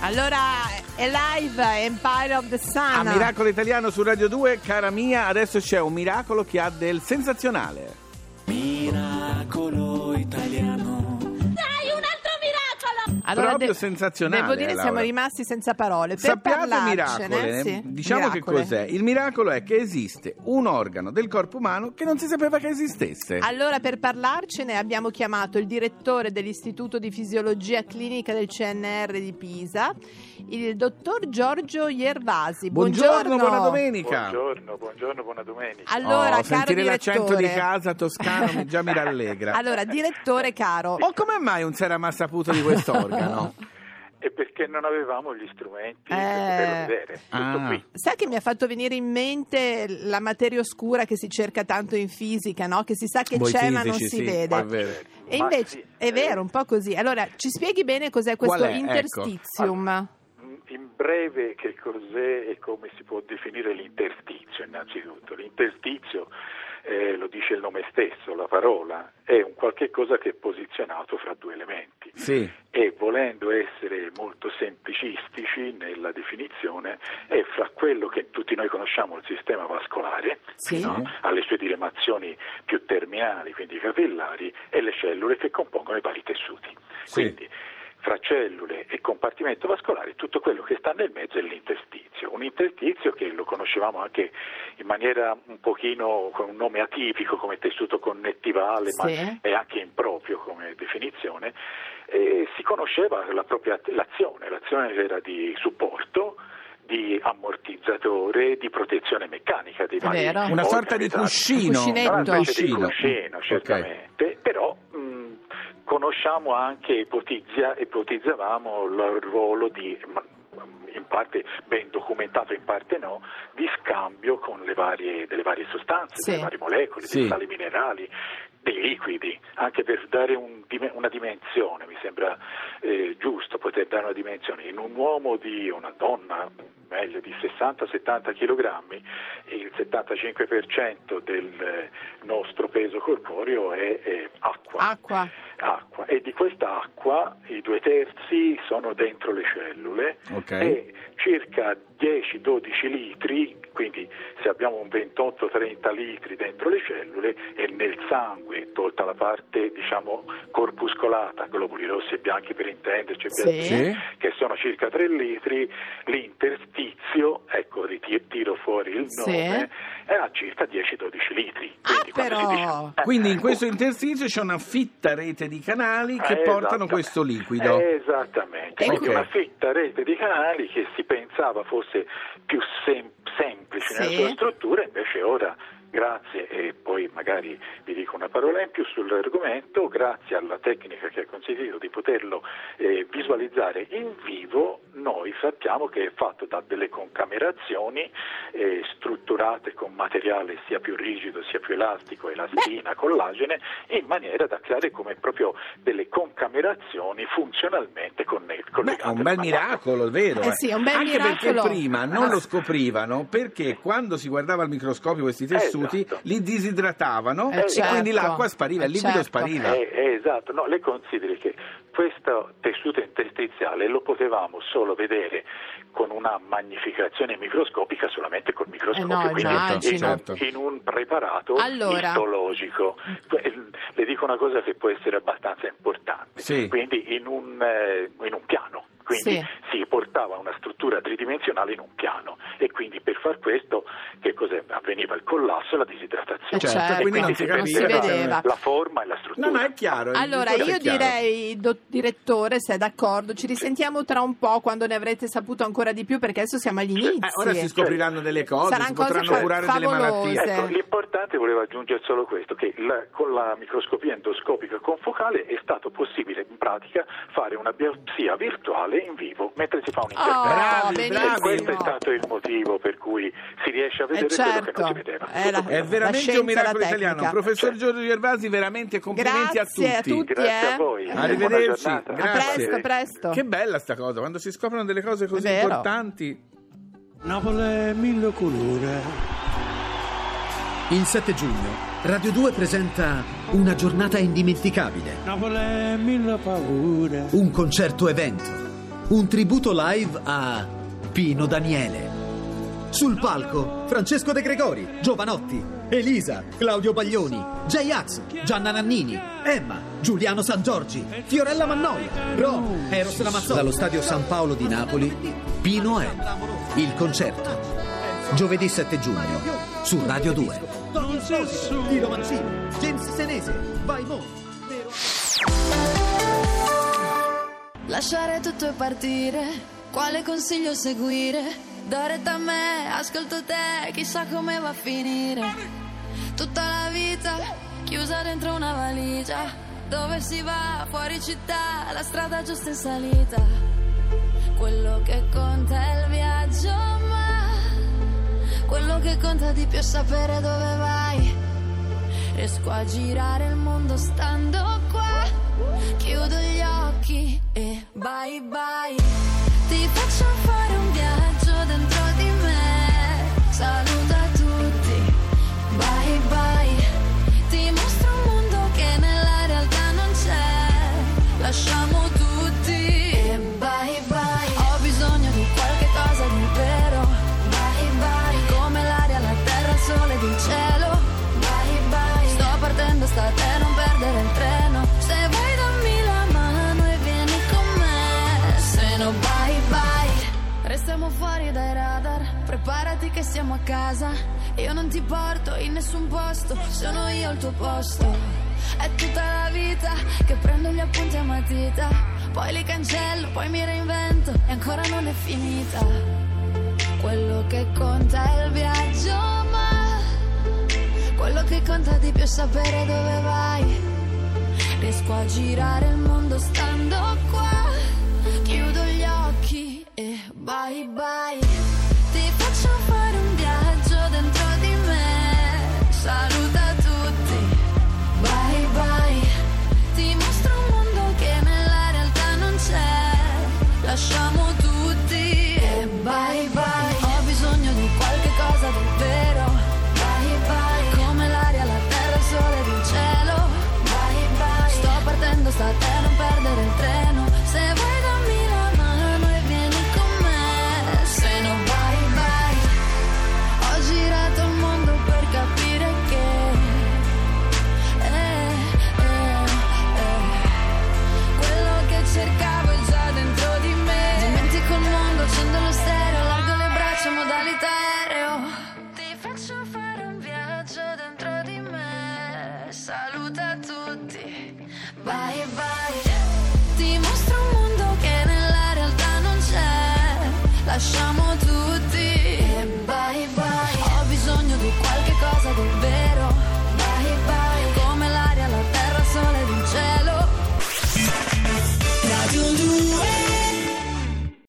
Allora, è live Empire of the Sun. A Miracolo Italiano su Radio 2, cara mia, adesso c'è un miracolo che ha del sensazionale. Miracolo Italiano. Allora, proprio sensazionale. Devo dire, Laura, siamo rimasti senza parole. Per sappiate parlarcene, miracole, sì, diciamo miracole. che cos'è. Il miracolo è che esiste un organo del corpo umano che non si sapeva che esistesse. Allora, per parlarcene abbiamo chiamato il direttore dell'Istituto di Fisiologia Clinica del CNR di Pisa, il dottor Giorgio Iervasi. Buongiorno, buona domenica. Buongiorno, buona domenica. Allora, caro sentire direttore, l'accento di casa toscano già mi rallegra. Allora, direttore caro, Come mai non si era mai saputo di questo organo? E perché non avevamo gli strumenti per poterlo vedere. Tutto qui. sai che mi ha fatto venire in mente la materia oscura che si cerca tanto in fisica, no? Che si sa che Voi c'è ma non fisici, si sì, vede. è vero. E Ma invece sì, è vero, un po' così. Allora, ci spieghi bene cos'è questo Qual è? interstizium? In breve, che cos'è e come si può definire l'interstizio innanzitutto? L'interstizio, lo dice il nome stesso, la parola, è un qualche cosa che è posizionato fra due elementi. Sì. E volendo essere molto semplicistici nella definizione, è fra quello che tutti noi conosciamo, il sistema vascolare, Sì. no? Alle sue diramazioni più terminali, quindi capillari, e le cellule che compongono i vari tessuti. Sì. Quindi fra cellule e compartimento vascolare tutto quello che sta nel mezzo è l'interstizio. Un interstizio che lo conoscevamo anche in maniera un pochino con un nome atipico come tessuto connettivale, Sì. ma è anche improprio come definizione. Si conosceva l'azione era di supporto, di ammortizzatore, di protezione meccanica dei vari Vero. Una sorta di organi. cuscino. Cuscinetto. Una specie di Cuscino. cuscino, certamente, Ok. però conosciamo anche, ipotizzavamo il ruolo di, in parte ben documentato, in parte no, di scambio con delle varie sostanze, Sì. delle varie molecole, Sì. dei sali minerali, dei liquidi, anche per dare una dimensione, mi sembra giusto poter dare una dimensione. In un uomo una donna, meglio di 60-70 kg, il 75% del nostro peso corporeo è acqua. Acqua, e di questa acqua i 2/3 sono dentro le cellule, Ok. e circa 10-12 litri, quindi se abbiamo un 28-30 litri dentro le cellule, e nel sangue, tolta la parte diciamo corpuscolata, globuli rossi e bianchi per intenderci, Sì. che sono circa 3 litri, l'interstizio, ecco, tiro fuori il nome, è a circa 10-12 litri. Quindi, quando si però! dice- Quindi in questo intersizio c'è una fitta rete di canali che portano esattamente. questo liquido. Esattamente, E quindi ok. una fitta rete di canali che si pensava fosse più semplice nella Sì. sua struttura, invece ora, grazie, e poi magari vi dico una parola in più sull'argomento, grazie alla tecnica che ha consentito di poterlo visualizzare in vivo, noi sappiamo che è fatto da delle concamerazioni strutturate con materiale sia più rigido sia più elastico, elastina, collagene, in maniera da creare come proprio delle concamerazioni funzionalmente collegate. È un bel miracolo, vero? Sì, è un bel Anche miracolo. perché prima non lo scoprivano, perché quando si guardava al microscopio questi tessuti Esatto. li disidratavano e certo. quindi l'acqua spariva, il liquido Certo. spariva. Esatto, no, lei consideri che questo tessuto interstiziale lo potevamo solo vedere con una magnificazione microscopica solamente col microscopio, no, quindi immagino. Certo. in un preparato Allora. istologico. Le dico una cosa che può essere abbastanza importante, Sì. quindi in un piano. Quindi si portava una struttura tridimensionale in un piano, e quindi per far questo che cos'è? Avveniva il collasso e la disidratazione. Certo, e quindi non quindi si si capiva. vedeva la forma e la struttura. No, è chiaro. Allora, tutto è io chiaro. direi, direttore, se è d'accordo, ci risentiamo tra un po' quando ne avrete saputo ancora di più, perché adesso siamo agli inizi. Ora si scopriranno delle cose, Saranno si potranno cose curare delle favolose. malattie. Ecco, l'importante, volevo aggiungere solo questo, che con la microscopia endoscopica confocale è stato possibile in pratica fare una biopsia virtuale in vivo mentre si fa un intervento. Bravi, benissimo. bravi. Questo è stato il motivo per cui si riesce a vedere quello che non si vedeva. È veramente un miracolo italiano. Professor Giorgio Iervasi, veramente complimenti Grazie a a tutti. tutti. Grazie a voi. Arrivederci. Buona giornata. Grazie. A presto. Che bella sta cosa, quando si scoprono delle cose così Vero. importanti. Napoli è mille colore. Il 7 giugno Radio 2 presenta Una giornata indimenticabile, Napoli è mille paure. un concerto evento. un tributo live a Pino Daniele. Sul palco Francesco De Gregori, Giovanotti, Elisa, Claudio Baglioni, J-Ax, Gianna Nannini, Emma, Giuliano San Giorgi, Fiorella Mannoia, Ron, Eros Ramazzotti. Dallo stadio San Paolo di Napoli, Pino è il concerto. Giovedì 7 giugno su Radio 2. Tiro Mancini, James Senese, Vai Mo. Lasciare tutto e partire, quale consiglio seguire? Do retta a me, ascolto te, chissà come va a finire. Tutta la vita chiusa dentro una valigia, dove si va, fuori città, la strada giusta in salita. Quello che conta è il viaggio, ma quello che conta di più è sapere dove vai. Riesco a girare il mondo stando qua, chiudo gli occhi e bye bye. Ti faccio fare un viaggio dentro di me, saluta tutti, bye bye. Ti mostro un mondo che nella realtà non c'è, lasciamo tutti e bye bye. Ho bisogno di qualche cosa di vero, bye bye. Come l'aria, la terra, il sole ed il cielo, bye bye. Sto partendo, sta a te, non perdere il treno. Se vuoi dammi la mano e vieni con me, se no bye bye. Restiamo fuori dai radar, preparati che siamo a casa. Io non ti porto in nessun posto, sono io al tuo posto. È tutta la vita che prendo gli appunti a matita, poi li cancello, poi mi reinvento e ancora non è finita. Quello che conta è il viaggio, ma quello che conta di più è sapere dove vai. Riesco a girare il mondo stando qua, chiudo gli occhi e bye bye. Ti faccio fare un viaggio dentro di me, saluta tutti, bye bye. Ti mostro un mondo che nella realtà non c'è, lasciamo tutti e bye bye. Ho bisogno di qualche cosa di vero, bye bye. Come l'aria, la terra, il sole ed il cielo, bye bye. Sto partendo, sta a te, non perdere il treno. Se vuoi dammi la mano e vieni con me, se no bye bye. Ho girato il mondo per capire che quello che cercavo è già dentro di me. Dimentico il mondo, accendo lo stereo, allargo le braccia, modalità aereo. Ti faccio fare un viaggio dentro di me, saluta tutti, bye bye. Ti mostro un mondo che nella realtà non c'è, lasciamo tutto.